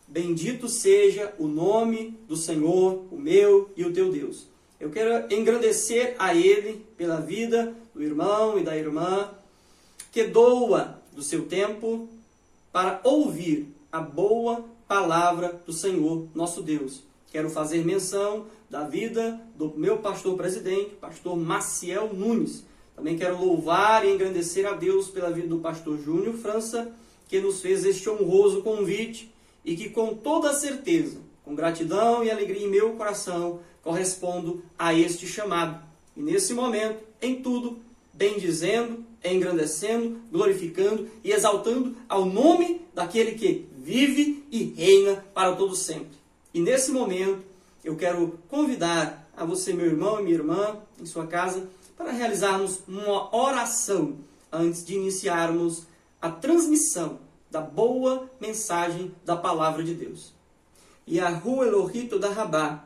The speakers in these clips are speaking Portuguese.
Bendito seja o nome do Senhor, o meu e o teu Deus. Eu quero engrandecer a Ele pela vida do irmão e da irmã que doa do seu tempo para ouvir a boa palavra do Senhor, nosso Deus. Quero fazer menção da vida do meu pastor presidente, pastor Maciel Nunes. Também quero louvar e engrandecer a Deus pela vida do pastor Júnior França, que nos fez este honroso convite e que com toda certeza, com gratidão e alegria em meu coração, correspondo a este chamado. E nesse momento, em tudo, bendizendo, engrandecendo, glorificando e exaltando ao nome daquele que vive e reina para todo sempre. E nesse momento, eu quero convidar a você, meu irmão e minha irmã, em sua casa, para realizarmos uma oração antes de iniciarmos a transmissão da boa mensagem da palavra de Deus. Yahu Elohim da Rabá,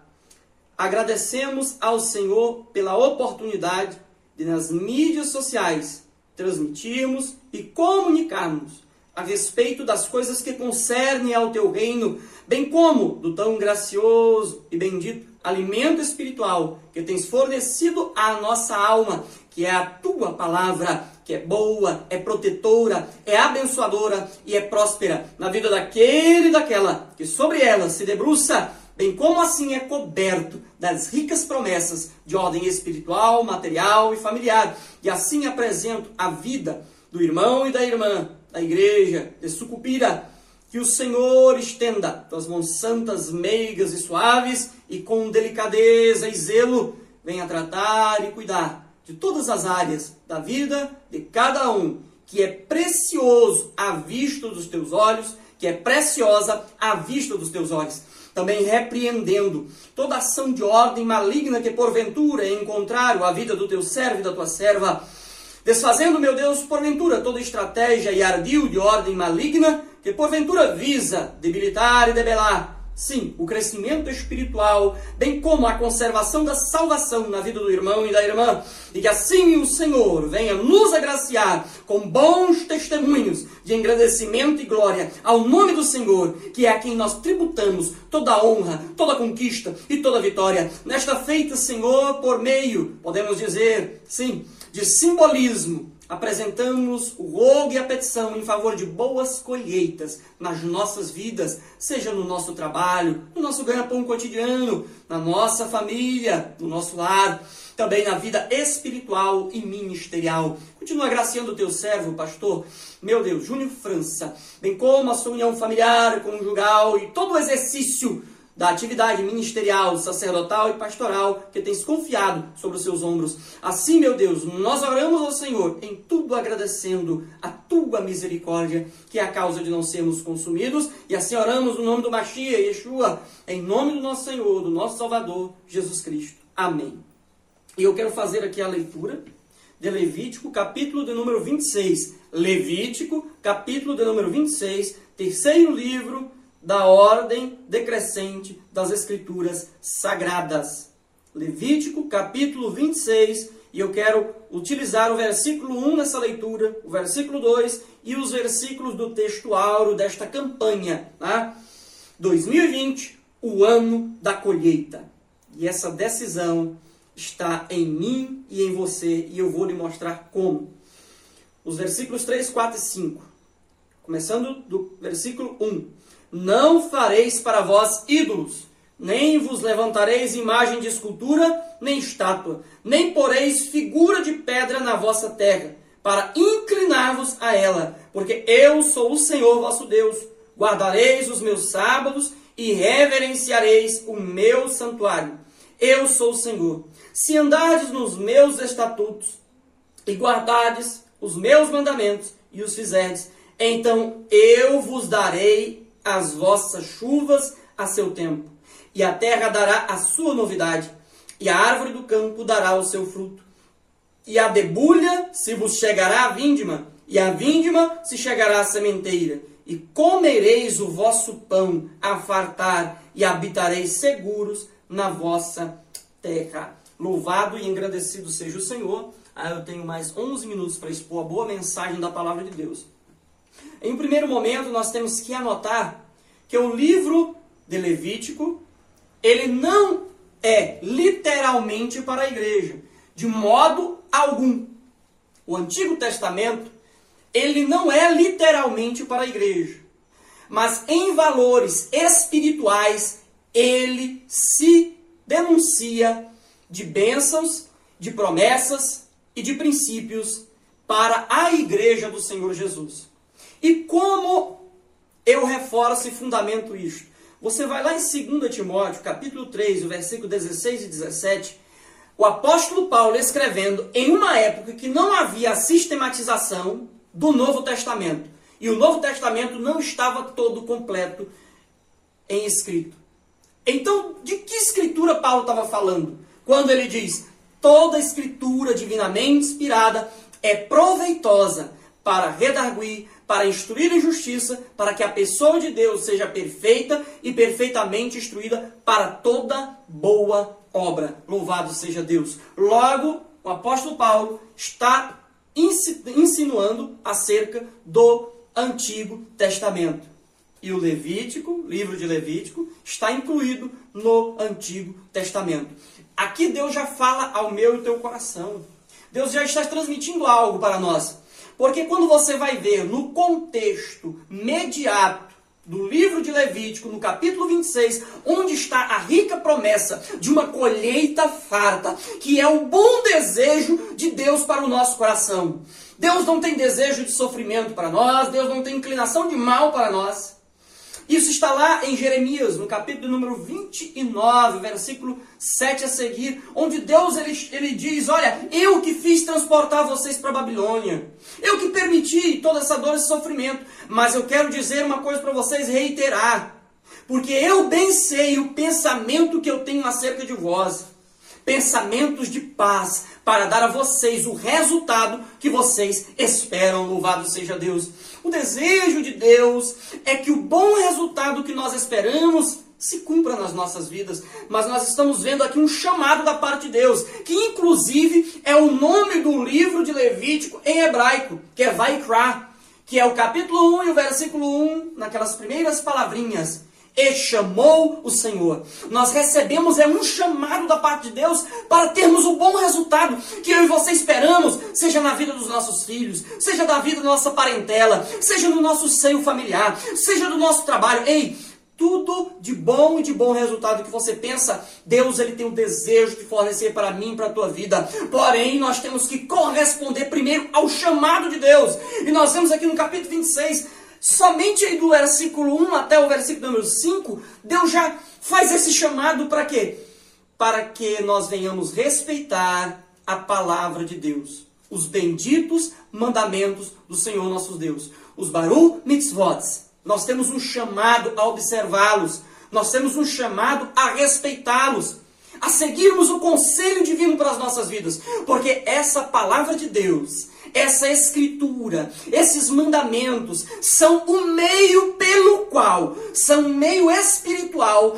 agradecemos ao Senhor pela oportunidade de nas mídias sociais transmitirmos e comunicarmos a respeito das coisas que concernem ao teu reino, bem como do tão gracioso e bendito alimento espiritual que tens fornecido à nossa alma, que é a tua palavra, que é boa, é protetora, é abençoadora e é próspera na vida daquele e daquela que sobre ela se debruça, bem como assim é coberto das ricas promessas de ordem espiritual, material e familiar. E assim apresento a vida do irmão e da irmã da igreja de Sucupira. Que o Senhor estenda tuas mãos santas, meigas e suaves e com delicadeza e zelo venha tratar e cuidar de todas as áreas da vida de cada um, que é precioso à vista dos teus olhos, que é preciosa à vista dos teus olhos. Também repreendendo toda ação de ordem maligna que porventura é encontrar a vida do teu servo e da tua serva, desfazendo, meu Deus, porventura toda estratégia e ardil de ordem maligna que porventura visa debilitar e debelar, sim, o crescimento espiritual, bem como a conservação da salvação na vida do irmão e da irmã, e que assim o Senhor venha nos agraciar com bons testemunhos de engrandecimento e glória ao nome do Senhor, que é a quem nós tributamos toda a honra, toda a conquista e toda a vitória. Nesta feita, Senhor, por meio, podemos dizer, sim, de simbolismo, apresentamos o rogo e a petição em favor de boas colheitas nas nossas vidas, seja no nosso trabalho, no nosso ganha-pão cotidiano, na nossa família, no nosso lar, também na vida espiritual e ministerial. Continua agraciando o teu servo, pastor, meu Deus, Júnior França, bem como a sua união familiar, conjugal e todo o exercício da atividade ministerial, sacerdotal e pastoral que tens confiado sobre os seus ombros. Assim, meu Deus, nós oramos ao Senhor, em tudo agradecendo a tua misericórdia, que é a causa de não sermos consumidos, e assim oramos no nome do Mashiach, Yeshua, em nome do nosso Senhor, do nosso Salvador, Jesus Cristo. Amém. E eu quero fazer aqui a leitura de Levítico, capítulo de número 26. Levítico, capítulo de número 26, terceiro livro da ordem decrescente das Escrituras Sagradas. Levítico, capítulo 26, e eu quero utilizar o versículo 1 nessa leitura, o versículo 2 e os versículos do texto áureo desta campanha, tá? 2020, o ano da colheita. E essa decisão está em mim e em você, e eu vou lhe mostrar como. Os versículos 3, 4 e 5. Começando do versículo 1. Não fareis para vós ídolos, nem vos levantareis imagem de escultura, nem estátua, nem poreis figura de pedra na vossa terra, para inclinar-vos a ela, porque eu sou o Senhor vosso Deus. Guardareis os meus sábados e reverenciareis o meu santuário. Eu sou o Senhor. Se andardes nos meus estatutos e guardardes os meus mandamentos e os fizerdes, então eu vos darei as vossas chuvas a seu tempo, e a terra dará a sua novidade, e a árvore do campo dará o seu fruto. E a debulha se vos chegará a vindima, e a vindima se chegará à sementeira, e comereis o vosso pão a fartar, e habitareis seguros na vossa terra. Louvado e engrandecido seja o Senhor. Eu tenho mais 11 minutos para expor a boa mensagem da palavra de Deus. Em um primeiro momento, nós temos que anotar que o livro de Levítico, ele não é literalmente para a igreja, de modo algum. O Antigo Testamento, ele não é literalmente para a igreja, mas em valores espirituais, ele se denuncia de bênçãos, de promessas e de princípios para a igreja do Senhor Jesus. E como eu reforço e fundamento isto? Você vai lá em 2 Timóteo, capítulo 3, o versículo 16 e 17, o apóstolo Paulo escrevendo em uma época que não havia a sistematização do Novo Testamento. E o Novo Testamento não estava todo completo em escrito. Então, de que escritura Paulo estava falando? Quando ele diz, toda escritura divinamente inspirada é proveitosa para redarguir, para instruir em justiça, para que a pessoa de Deus seja perfeita e perfeitamente instruída para toda boa obra. Louvado seja Deus. Logo, o apóstolo Paulo está insinuando acerca do Antigo Testamento. E o Levítico, livro de Levítico, está incluído no Antigo Testamento. Aqui Deus já fala ao meu e teu coração. Deus já está transmitindo algo para nós. Porque quando você vai ver no contexto imediato do livro de Levítico, no capítulo 26, onde está a rica promessa de uma colheita farta, que é o bom desejo de Deus para o nosso coração. Deus não tem desejo de sofrimento para nós, Deus não tem inclinação de mal para nós. Isso está lá em Jeremias, no capítulo número 29, versículo 7 a seguir, onde Deus ele diz, olha, eu que fiz transportar vocês para a Babilônia, eu que permiti toda essa dor e sofrimento, mas eu quero dizer uma coisa para vocês, reiterar, porque eu bem sei o pensamento que eu tenho acerca de vós, pensamentos de paz, para dar a vocês o resultado que vocês esperam, louvado seja Deus. O desejo de Deus é que o bom resultado que nós esperamos se cumpra nas nossas vidas. Mas nós estamos vendo aqui um chamado da parte de Deus, que inclusive é o nome do livro de Levítico em hebraico, que é Vaikra, que é o capítulo 1 e o versículo 1, naquelas primeiras palavrinhas. E chamou o Senhor. Nós recebemos um chamado da parte de Deus para termos o bom resultado que eu e você esperamos, seja na vida dos nossos filhos, seja da vida da nossa parentela, seja no nosso seio familiar, seja do nosso trabalho. Ei, tudo de bom e de bom resultado que você pensa, Deus ele tem o desejo de fornecer para mim e para a tua vida. Porém, nós temos que corresponder primeiro ao chamado de Deus. E nós vemos aqui no capítulo 26, somente aí do versículo 1 até o versículo número 5, Deus já faz esse chamado para quê? Para que nós venhamos respeitar a palavra de Deus. Os benditos mandamentos do Senhor nosso Deus. Os Baru Mitzvot. Nós temos um chamado a observá-los. Nós temos um chamado a respeitá-los. A seguirmos o conselho divino para as nossas vidas. Porque essa palavra de Deus, essa escritura, esses mandamentos são o meio pelo qual, são um meio espiritual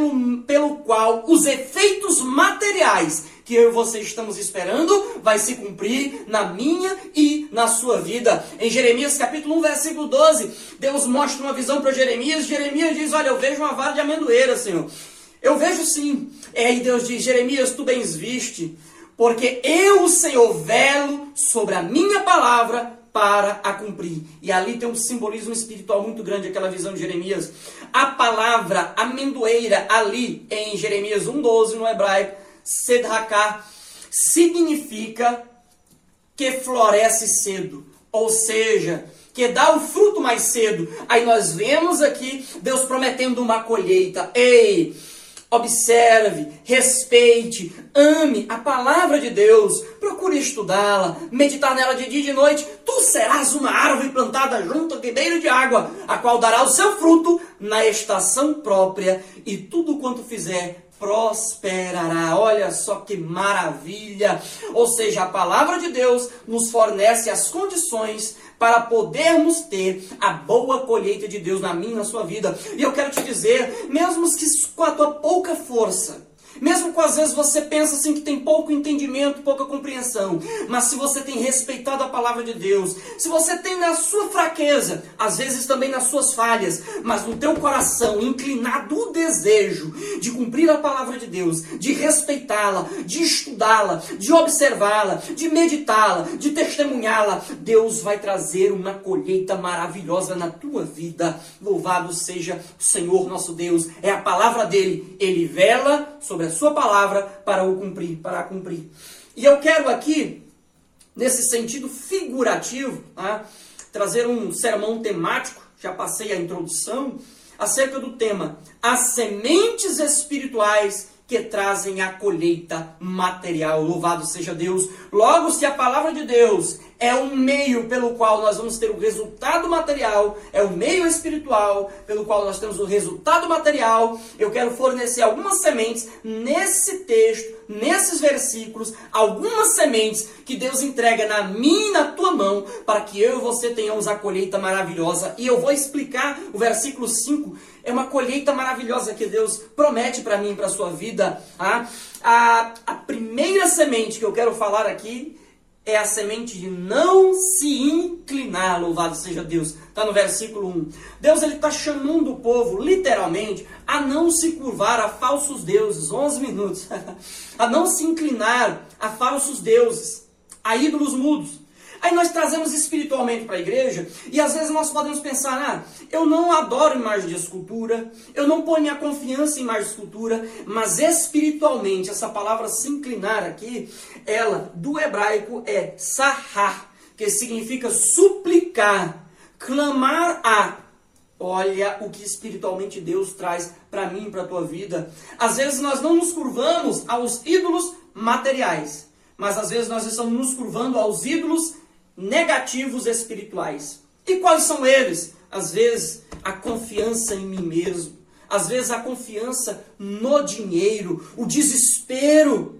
pelo qual os efeitos materiais que eu e você estamos esperando vai se cumprir na minha e na sua vida. Em Jeremias capítulo 1, versículo 12, Deus mostra uma visão para Jeremias. Jeremias diz, olha, eu vejo uma vara de amendoeira, Senhor. Eu vejo sim. E Deus diz, Jeremias, tu bens viste, porque eu, o Senhor, velo sobre a minha palavra para a cumprir. E ali tem um simbolismo espiritual muito grande, aquela visão de Jeremias. A palavra amendoeira ali em Jeremias 1,12 no hebraico, Sedrakah, significa que floresce cedo. Ou seja, que dá o fruto mais cedo. Aí nós vemos aqui Deus prometendo uma colheita. Ei! Observe, respeite, ame a palavra de Deus, procure estudá-la, meditar nela de dia e de noite. Tu serás uma árvore plantada junto ao ribeiro de água, a qual dará o seu fruto na estação própria, e tudo quanto fizer prosperará. Olha só que maravilha! Ou seja, a palavra de Deus nos fornece as condições para podermos ter a boa colheita de Deus na minha e na sua vida. E eu quero te dizer, mesmo que com a tua pouca força, Mesmo que às vezes você pensa assim que tem pouco entendimento, pouca compreensão, mas se você tem respeitado a palavra de Deus, se você tem na sua fraqueza, às vezes também nas suas falhas, mas no teu coração inclinado o desejo de cumprir a palavra de Deus, de respeitá-la, de estudá-la, de observá-la, de meditá-la, de testemunhá-la, Deus vai trazer uma colheita maravilhosa na tua vida. Louvado seja o Senhor nosso Deus. É a palavra dele. Ele vela sobre a sua palavra para a cumprir. E eu quero aqui, nesse sentido figurativo, trazer um sermão temático, já passei a introdução, acerca do tema as sementes espirituais que trazem a colheita material. Louvado seja Deus. Logo, se a palavra de Deus é um meio pelo qual nós vamos ter o resultado material, é o meio espiritual pelo qual nós temos o resultado material, eu quero fornecer algumas sementes nesse texto, nesses versículos, algumas sementes que Deus entrega na minha e na tua mão, para que eu e você tenhamos a colheita maravilhosa. E eu vou explicar o versículo 5, é uma colheita maravilhosa que Deus promete para mim e para a sua vida. A primeira semente que eu quero falar aqui é a semente de não se inclinar. Louvado seja Deus. Está no versículo 1. Deus está chamando o povo, literalmente, a não se curvar a falsos deuses. 11 minutos. A não se inclinar a falsos deuses, a ídolos mudos. Aí nós trazemos espiritualmente para a igreja, e às vezes nós podemos pensar, eu não adoro imagem de escultura, eu não ponho minha confiança em imagem de escultura, mas espiritualmente, essa palavra se inclinar aqui, ela, do hebraico, é sahar, que significa suplicar, clamar a. Olha o que espiritualmente Deus traz para mim e para a tua vida. Às vezes nós não nos curvamos aos ídolos materiais, mas às vezes nós estamos nos curvando aos ídolos negativos espirituais. E quais são eles? Às vezes, a confiança em mim mesmo. Às vezes, a confiança no dinheiro. O desespero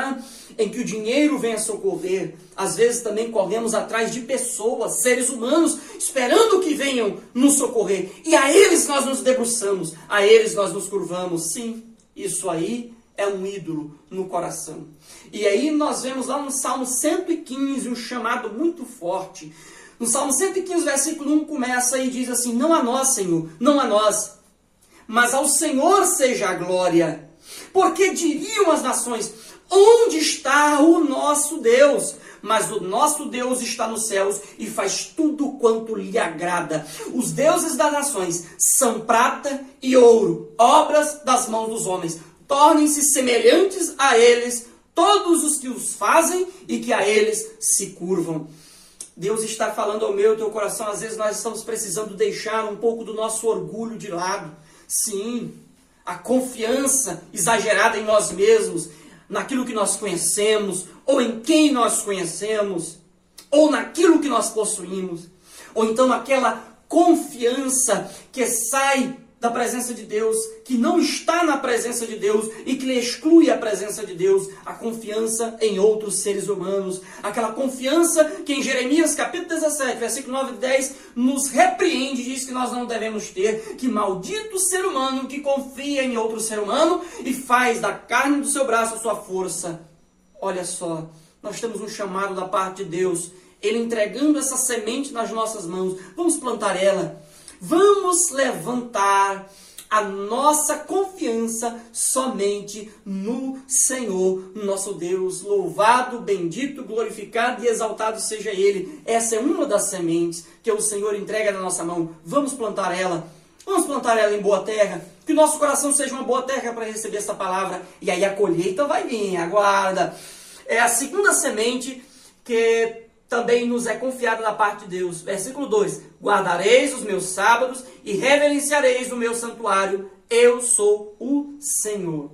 em que o dinheiro venha socorrer. Às vezes, também corremos atrás de pessoas, seres humanos, esperando que venham nos socorrer. E a eles nós nos debruçamos. A eles nós nos curvamos. Sim, isso aí é um ídolo no coração. E aí nós vemos lá no Salmo 115 um chamado muito forte. No Salmo 115, versículo 1 começa e diz assim: não a nós, Senhor, não a nós, mas ao Senhor seja a glória. Porque diriam as nações: onde está o nosso Deus? Mas o nosso Deus está nos céus e faz tudo quanto lhe agrada. Os deuses das nações são prata e ouro, obras das mãos dos homens. Tornem-se semelhantes a eles todos os que os fazem e que a eles se curvam. Deus está falando ao meu e ao teu coração. Às vezes nós estamos precisando deixar um pouco do nosso orgulho de lado. Sim, a confiança exagerada em nós mesmos, naquilo que nós conhecemos, ou em quem nós conhecemos, ou naquilo que nós possuímos. Ou então aquela confiança que sai da presença de Deus, que não está na presença de Deus e que exclui a presença de Deus, a confiança em outros seres humanos, aquela confiança que em Jeremias capítulo 17, versículo 9 e 10, nos repreende, diz que nós não devemos ter, que maldito o ser humano que confia em outro ser humano e faz da carne do seu braço a sua força. Olha só, nós temos um chamado da parte de Deus, Ele entregando essa semente nas nossas mãos. Vamos plantar ela. Vamos levantar a nossa confiança somente no Senhor, nosso Deus. Louvado, bendito, glorificado e exaltado seja Ele. Essa é uma das sementes que o Senhor entrega na nossa mão. Vamos plantar ela. Vamos plantar ela em boa terra. Que o nosso coração seja uma boa terra para receber essa palavra. E aí a colheita vai vir, aguarda. É a segunda semente que também nos é confiado da parte de Deus. Versículo 2. Guardareis os meus sábados e reverenciareis no meu santuário. Eu sou o Senhor.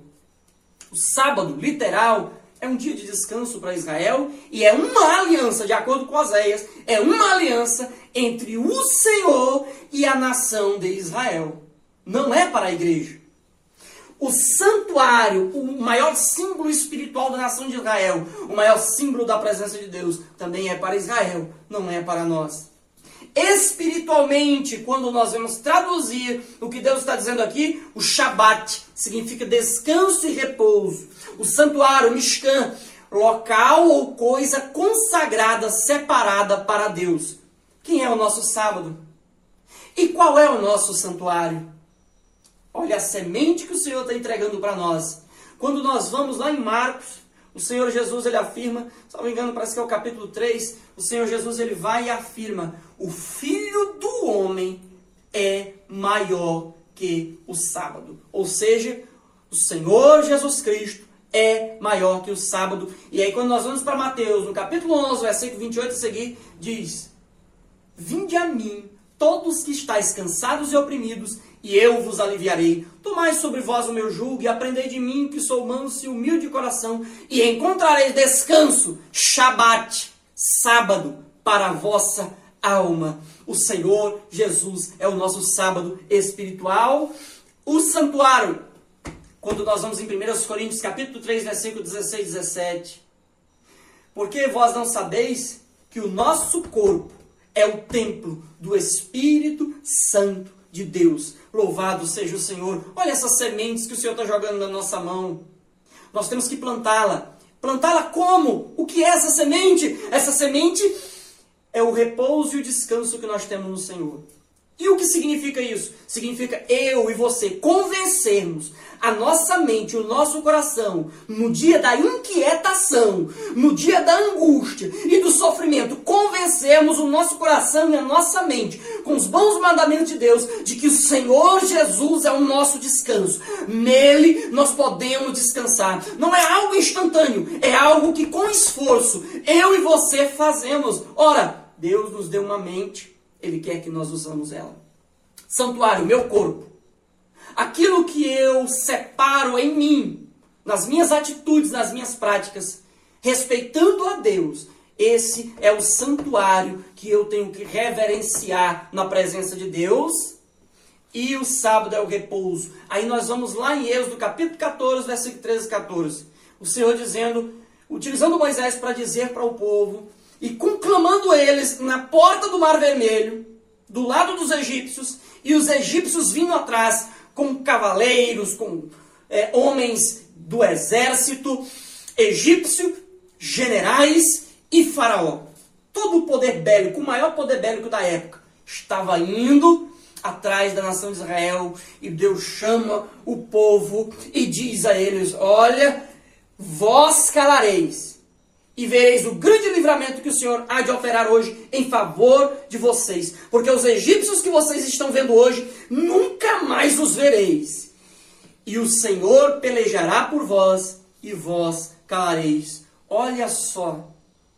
O sábado, literal, é um dia de descanso para Israel e é uma aliança, de acordo com Oséias, é uma aliança entre o Senhor e a nação de Israel. Não é para a igreja. O santuário, o maior símbolo espiritual da nação de Israel, o maior símbolo da presença de Deus, também é para Israel, não é para nós. Espiritualmente, quando nós vamos traduzir o que Deus está dizendo aqui, o Shabat significa descanso e repouso. O santuário, Mishkan, local ou coisa consagrada, separada para Deus. Quem é o nosso sábado? E qual é o nosso santuário? Olha a semente que o Senhor está entregando para nós. Quando nós vamos lá em Marcos, o Senhor Jesus, ele afirma, se não me engano, parece que é o capítulo 3, o Senhor Jesus, ele vai e afirma, o Filho do Homem é maior que o sábado. Ou seja, o Senhor Jesus Cristo é maior que o sábado. E aí quando nós vamos para Mateus, no capítulo 11, versículo 28 a seguir, diz, vinde a mim, todos que estáis cansados e oprimidos, e eu vos aliviarei. Tomai sobre vós o meu jugo e aprendei de mim, que sou manso e humilde de coração, e encontrareis descanso, Shabat, sábado, para a vossa alma. O Senhor Jesus é o nosso sábado espiritual. O santuário, quando nós vamos em 1 Coríntios, capítulo 3, versículo 16 e 17. Porque vós não sabeis que o nosso corpo é o templo do Espírito Santo de Deus. Louvado seja o Senhor. Olha essas sementes que o Senhor está jogando na nossa mão. Nós temos que plantá-la. Plantá-la como? O que é essa semente? Essa semente é o repouso e o descanso que nós temos no Senhor. E o que significa isso? Significa eu e você convencermos a nossa mente, o nosso coração, no dia da inquietação, no dia da angústia e do sofrimento, convencermos o nosso coração e a nossa mente, com os bons mandamentos de Deus, de que o Senhor Jesus é o nosso descanso. Nele nós podemos descansar. Não é algo instantâneo, é algo que com esforço eu e você fazemos. Ora, Deus nos deu uma mente, Ele quer que nós usamos ela. Santuário, meu corpo. Aquilo que eu separo em mim, nas minhas atitudes, nas minhas práticas, respeitando a Deus, esse é o santuário que eu tenho que reverenciar na presença de Deus. E o sábado é o repouso. Aí nós vamos lá em Êxodo, capítulo 14, versículo 13 e 14. O Senhor dizendo, utilizando Moisés para dizer para o povo, e conclamando eles na porta do Mar Vermelho, do lado dos egípcios, e os egípcios vindo atrás com cavaleiros, com homens do exército egípcio, generais e faraó. Todo o poder bélico, o maior poder bélico da época, estava indo atrás da nação de Israel, e Deus chama o povo e diz a eles, olha, vós calareis, e vereis o grande livramento que o Senhor há de operar hoje em favor de vocês. Porque os egípcios que vocês estão vendo hoje, nunca mais os vereis. E o Senhor pelejará por vós, e vós calareis. Olha só,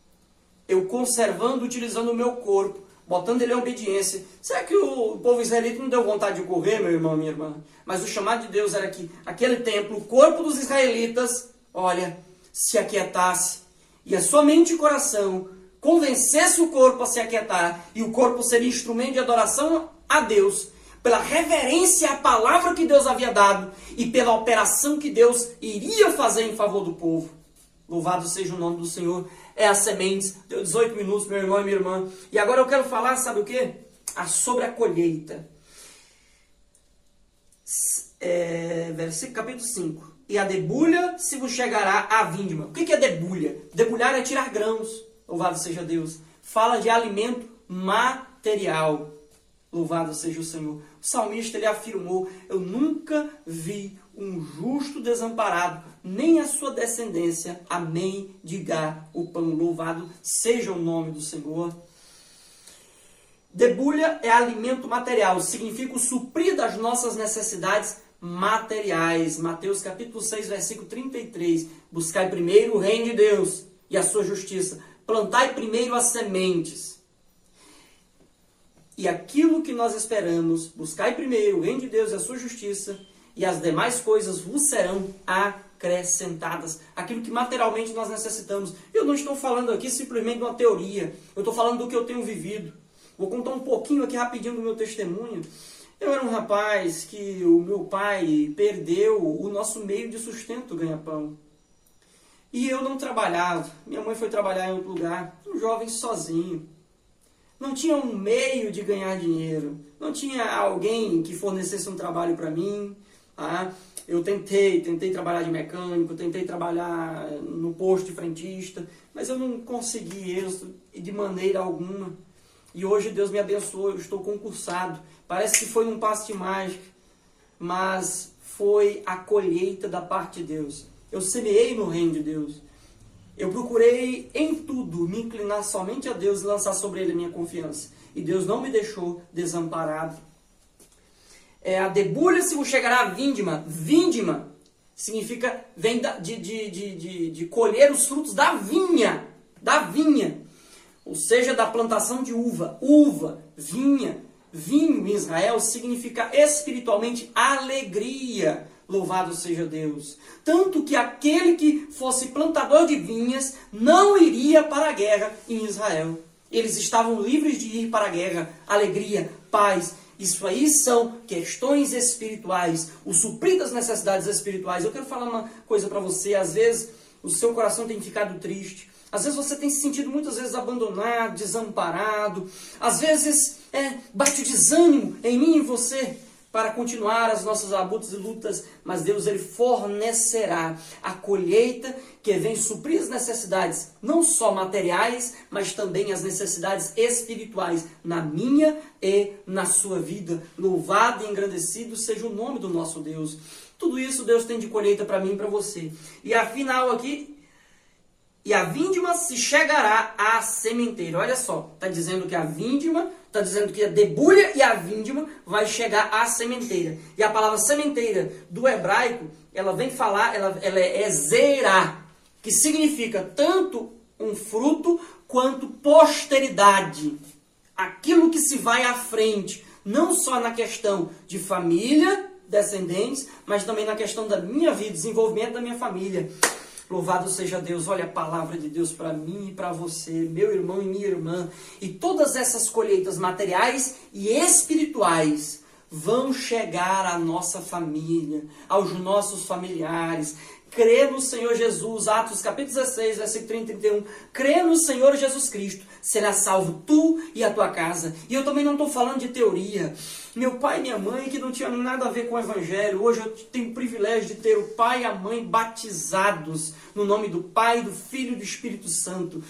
eu conservando, utilizando o meu corpo, botando ele em obediência. Será que o povo israelita não deu vontade de correr, meu irmão, minha irmã? Mas o chamado de Deus era que aquele templo, o corpo dos israelitas, olha, se aquietasse. E a sua mente e coração convencesse o corpo a se aquietar, e o corpo seria instrumento de adoração a Deus, pela reverência à palavra que Deus havia dado, e pela operação que Deus iria fazer em favor do povo. Louvado seja o nome do Senhor. É as sementes. Deu 18 minutos, meu irmão e minha irmã. E agora eu quero falar, sabe o quê? Sobre a colheita. Versículo capítulo 5. E a debulha se vos chegará à vindima. O que é debulha? Debulhar é tirar grãos. Louvado seja Deus. Fala de alimento material. Louvado seja o Senhor. O salmista, ele afirmou, eu nunca vi um justo desamparado, nem a sua descendência a mendigar o pão. Louvado seja o nome do Senhor. Debulha é alimento material. Significa o suprir das nossas necessidades materiais. Mateus capítulo 6, versículo 33. Buscai primeiro o reino de Deus e a sua justiça. Plantai primeiro as sementes. E aquilo que nós esperamos, buscai primeiro o reino de Deus e a sua justiça, e as demais coisas vos serão acrescentadas. Aquilo que materialmente nós necessitamos. Eu não estou falando aqui simplesmente de uma teoria. Eu estou falando do que eu tenho vivido. Vou contar um pouquinho aqui rapidinho do meu testemunho. Eu era um rapaz que o meu pai perdeu o nosso meio de sustento, ganha-pão. E eu não trabalhava. Minha mãe foi trabalhar em outro lugar. Um jovem sozinho. não tinha um meio de ganhar dinheiro, não tinha alguém que fornecesse um trabalho para mim. Tá? Eu tentei trabalhar de mecânico, tentei trabalhar no posto de frentista, mas eu não consegui êxito de maneira alguma. E hoje Deus me abençoou, eu estou concursado. Parece que foi num passe de mágica, mas foi a colheita da parte de Deus. Eu semeei no reino de Deus. Eu procurei em tudo me inclinar somente a Deus e lançar sobre Ele a minha confiança. E Deus não me deixou desamparado. A debulha se vos chegará a vindima. Vindima significa, vem de colher os frutos da vinha. Da vinha. Ou seja, da plantação de uva. Uva, vinha. Vinho em Israel significa espiritualmente alegria. Louvado seja Deus. Tanto que aquele que fosse plantador de vinhas não iria para a guerra em Israel. Eles estavam livres de ir para a guerra. Alegria, paz. Isso aí são questões espirituais. O suprir das necessidades espirituais. Eu quero falar uma coisa para você. Às vezes o seu coração tem ficado triste. Às vezes você tem se sentido muitas vezes abandonado, desamparado. Às vezes bate o desânimo em mim e em você para continuar as nossas labutas e lutas. Mas Deus, Ele fornecerá a colheita que vem suprir as necessidades, não só materiais, mas também as necessidades espirituais na minha e na sua vida. Louvado e engrandecido seja o nome do nosso Deus. Tudo isso Deus tem de colheita para mim e para você. E afinal aqui, e a vindima se chegará à sementeira. Olha só, está dizendo que a vindima, está dizendo que a debulha e a vindima vai chegar à sementeira. E a palavra sementeira do hebraico, ela vem falar, ela é zerá, que significa tanto um fruto quanto posteridade. Aquilo que se vai à frente, não só na questão de família, descendentes, mas também na questão da minha vida, desenvolvimento da minha família. Louvado seja Deus. Olha a palavra de Deus para mim e para você, meu irmão e minha irmã. E todas essas colheitas materiais e espirituais vão chegar à nossa família, aos nossos familiares. Crê no Senhor Jesus, Atos capítulo 16, versículo 30 e 31. Crê no Senhor Jesus Cristo, será salvo tu e a tua casa. E eu também não estou falando de teoria. Meu pai e minha mãe, que não tinham nada a ver com o Evangelho, hoje eu tenho o privilégio de ter o pai e a mãe batizados no nome do Pai, do Filho e do Espírito Santo.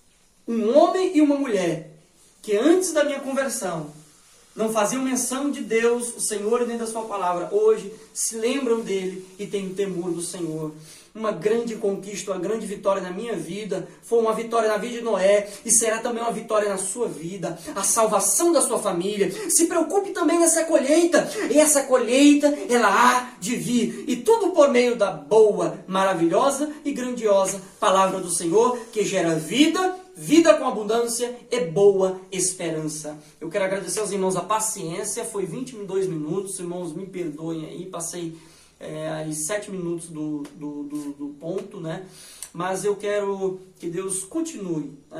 Um homem e uma mulher que antes da minha conversão não faziam menção de Deus, o Senhor e dentro da sua palavra, hoje se lembram dele e têm o temor do Senhor. Uma grande conquista, uma grande vitória na minha vida, foi uma vitória na vida de Noé e será também uma vitória na sua vida, a salvação da sua família. Se preocupe também nessa colheita, e essa colheita ela há de vir, e tudo por meio da boa, maravilhosa e grandiosa palavra do Senhor, que gera vida, vida com abundância e boa esperança. Eu quero agradecer aos irmãos a paciência, foi 22 minutos, irmãos me perdoem aí, passei aí 7 minutos do ponto, né? Mas eu quero que Deus continue, né?